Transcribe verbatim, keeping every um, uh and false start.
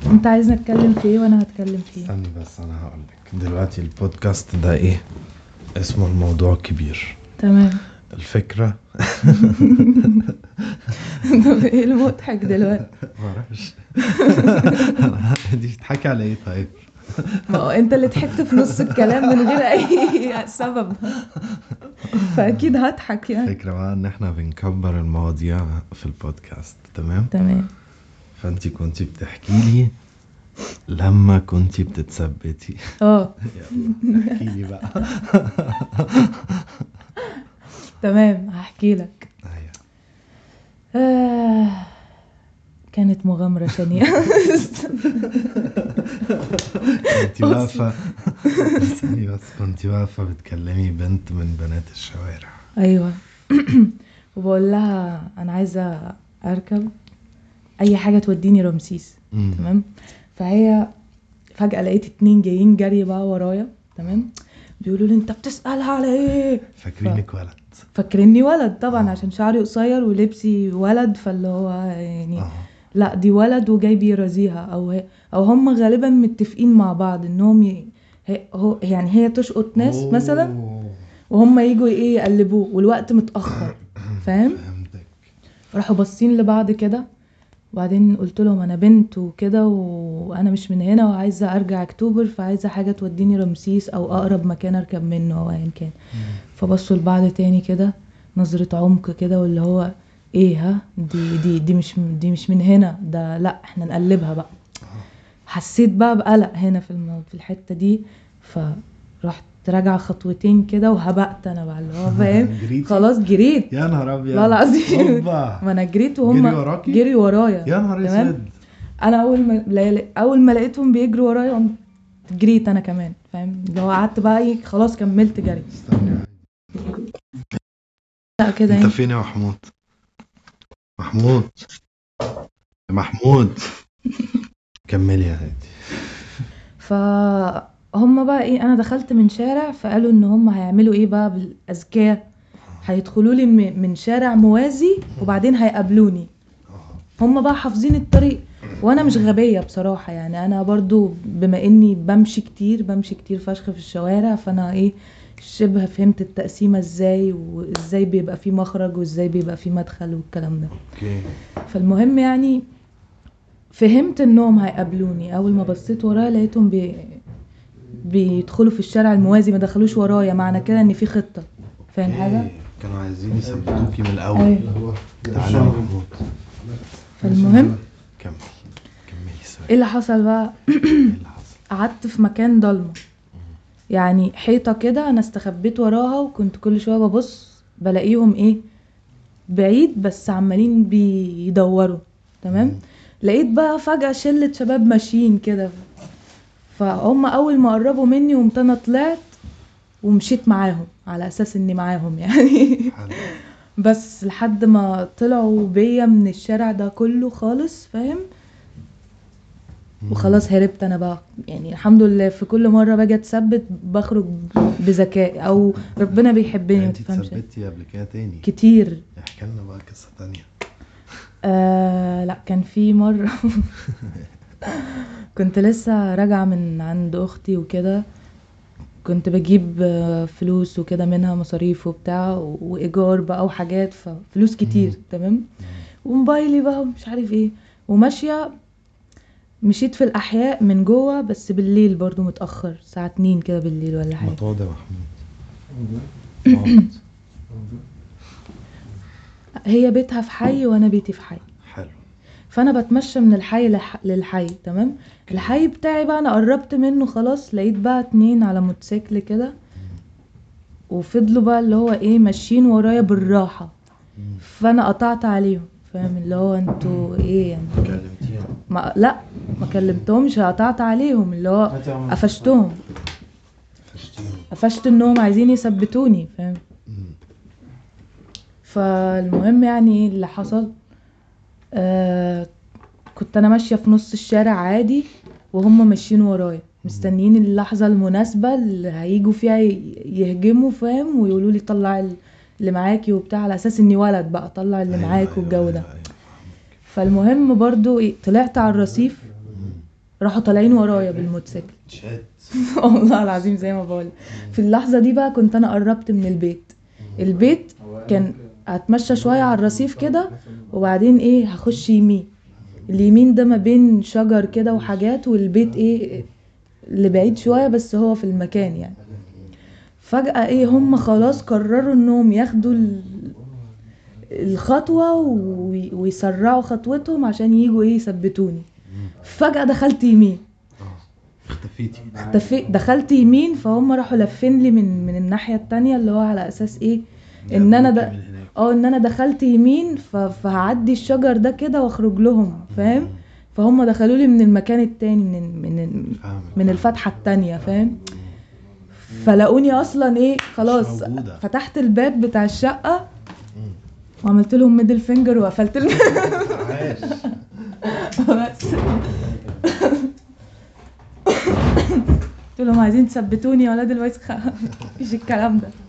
انت عايزني اتكلم في ايه وانا هتكلم فيه؟ استني بس انا هقولك دلوقتي البودكاست ده ايه اسمه؟ الموضوع كبير. تمام. الفكرة طب ايه المضحك دلوقتي؟ معرفش. دي بتحكي على ايه طيب؟ ما هو انت اللي ضحكت في نص الكلام من غير اي سبب، فاكيد هضحك يعني. الفكرة بقى ان احنا بنكبر المواضيع في البودكاست. تمام تمام. فانتي كنتي بتحكي لي لما كنتي بتتثبتي. اه يلا احكي لي بقى. تمام هحكي لك. ايوه آه. كانت مغامرة شنيعة. كنتي واقفة. استني بس، كنتي واقفة بتكلمي بنت من بنات الشوارع. ايوه. وبقول لها انا عايزة اركب اي حاجة توديني رمسيس. مم. تمام. فهي فجأة لقيت اتنين جايين جري بقى ورايا. تمام. بيقولوا لي انت بتسألها على ايه؟ فاكرينك ولد. فاكريني ولد طبعا آه. عشان شعري قصير ولبسي ولد، فاللي هو يعني اه لا دي ولد وجاي بيرازيها، او هي او هم غالبا متفقين مع بعض انهم ي... هي... هو يعني هي تشقط ناس مثلا أوه. وهم يجوا ايه يقلبوه والوقت متأخر. فاهم؟ فهمتك. راحوا باصين لبعض كده، وبعدين قلت لهم انا بنت وكده وانا مش من هنا وعايزه ارجع اكتوبر، فعايزه حاجه توديني رمسيس او اقرب مكان اركب منه او ايا كان. مم. فبصوا لبعض تاني كده نظره عمق كده، واللي هو ايه ها دي دي دي مش دي مش من هنا، ده لا احنا نقلبها بقى. حسيت بقى بقلق هنا في الم... في الحته دي، فرحت راجعه خطوتين كده وهبقت انا بقى اللي هو فاهم. جريتي؟ خلاص جريت. يا نهار ابيض. لا العظيم. اوبا. ما انا جريت جري وهم وراكي؟ جري ورايا. يا نهار تمام. اسود. انا اول ما لا- اول ما لقيتهم بيجروا ورايا قمت جريت انا كمان. فاهم؟ اللي هو قعدت بقى ايه خلاص كملت جري. استني. لا كده انت يعني. فين يا محمود؟ محمود يا محمود. كملي يا هادي. فهم بقى ايه، انا دخلت من شارع فقالوا ان هم هيعملوا ايه بقى بالاذكياء، هيدخلوا لي م- من شارع موازي وبعدين هيقابلوني. هم بقى حافظين الطريق وانا مش غبية بصراحة، يعني انا برضو بما اني بمشي كتير بمشي كتير فشخ في الشوارع، فانا ايه شبه فهمت التقسيمة ازاي وازاي بيبقى في مخرج وازاي بيبقى في مدخل والكلام ده. اوكي. فالمهم يعني فهمت انهم هيقابلوني. اول ما بصيت ورايا لقيتهم بي... بيدخلوا في الشارع الموازي، ما دخلوش ورايا، معنى كده ان في خطة. فاهم حاجة؟ اوكي. كانوا عايزين يثبتوكي من الاول. ايوه. تعالى يا محمود. فالمهم كمل كملي سؤال. ايه اللي حصل بقى؟ ايه اللي حصل؟ قعدت في مكان ضلمه، يعني حيطة كده انا استخبيت وراها، وكنت كل شوية ببص بلاقيهم ايه بعيد بس عمالين بيدوروا. تمام. لقيت بقى فجأة شلة شباب ماشيين كده، فهم اول ما قربوا مني قمت انا طلعت ومشيت معاهم على اساس اني معاهم يعني. حلو. بس لحد ما طلعوا بيا من الشارع ده كله خالص. فاهم؟ وخلاص هربت انا بقى، يعني الحمد لله في كل مره باجي اتثبت بخرج بذكاء او ربنا بيحبني. ما انت تفهمش اتثبتي قبل كده تاني؟ كتير. احكي لنا بقى قصه تانية. آه لا كان في مره كنت لسه راجعه من عند اختي وكده، كنت بجيب آه، فلوس وكده منها مصاريف وبتاع وايجار بقى وحاجات، ففلوس كتير. تمام. وموبايلي بقى مش عارف ايه، وماشيه مشيت في الاحياء من جوه بس بالليل برضو متاخر الساعه اتنين كده بالليل ولا حاجه. متواضع يا محمود. هي بيتها في حي وانا بيتي في حي، حلو. فانا بتمشى من الحي لح... للحي. تمام. الحي بتاعي بقى انا قربت منه خلاص، لقيت بقى اتنين على موتوسيكل كده وفضلوا بقى اللي هو ايه ماشيين ورايا بالراحه، فانا قطعت عليهم. فاهم؟ اللي هو انتوا ايه يعني كلمتيهم؟ ما لا ما كلمتهمش، قطعت عليهم اللي هو قفشتهم. فشتيهم. قفشت انهم عايزين يثبتوني. فاهم؟ فالمهم يعني ايه اللي حصل. آه كنت انا ماشيه في نص الشارع عادي وهم ماشيين ورايا مستنيين اللحظه المناسبه اللي هيجوا فيها ي- يهجموا. فاهم؟ ويقولوا لي طلع ال- اللي معاكي وبتاع، على اساس اني ولد بقى طلع اللي أيوة معاك أيوة والجو أيوة ده. أيوة. فالمهم برضو إيه طلعت على الرصيف راحوا طالعين ورايا بالموتوسيكل. شات. والله العظيم زي ما بقول. في اللحظة دي بقى كنت انا قربت من البيت. البيت كان هتمشى شوية على الرصيف كده وبعدين ايه هخش يمين. اليمين ده ما بين شجر كده وحاجات، والبيت ايه اللي بعيد شوية بس هو في المكان يعني. فجأة ايه هم خلاص قرروا انهم ياخدوا ال- الخطوة وي- ويسرعوا خطوتهم عشان يجوا ايه يثبتوني. فجأة دخلت يمين. اه اختفيتي. اختفيت دخلت يمين، فهم راحوا لفين لي من من الناحية التانية اللي هو على اساس ايه ان انا جابوكي ده من هناك. اه ان انا دخلت يمين ف- فهعدي الشجر ده كده واخرج لهم فاهم. فهم دخلوا لي من المكان التاني من من فاهمك، من فاهمك. الفتحة التانية فاهم. فلاقوني اصلا ايه خلاص موجودة. فتحت الباب بتاع الشقة مم. وعملت لهم ميدل فينجر وقفلت الم... عاش. بس قلت لهم عايزين تثبتوني يا ولاد الوسخة. مفيش الكلام ده.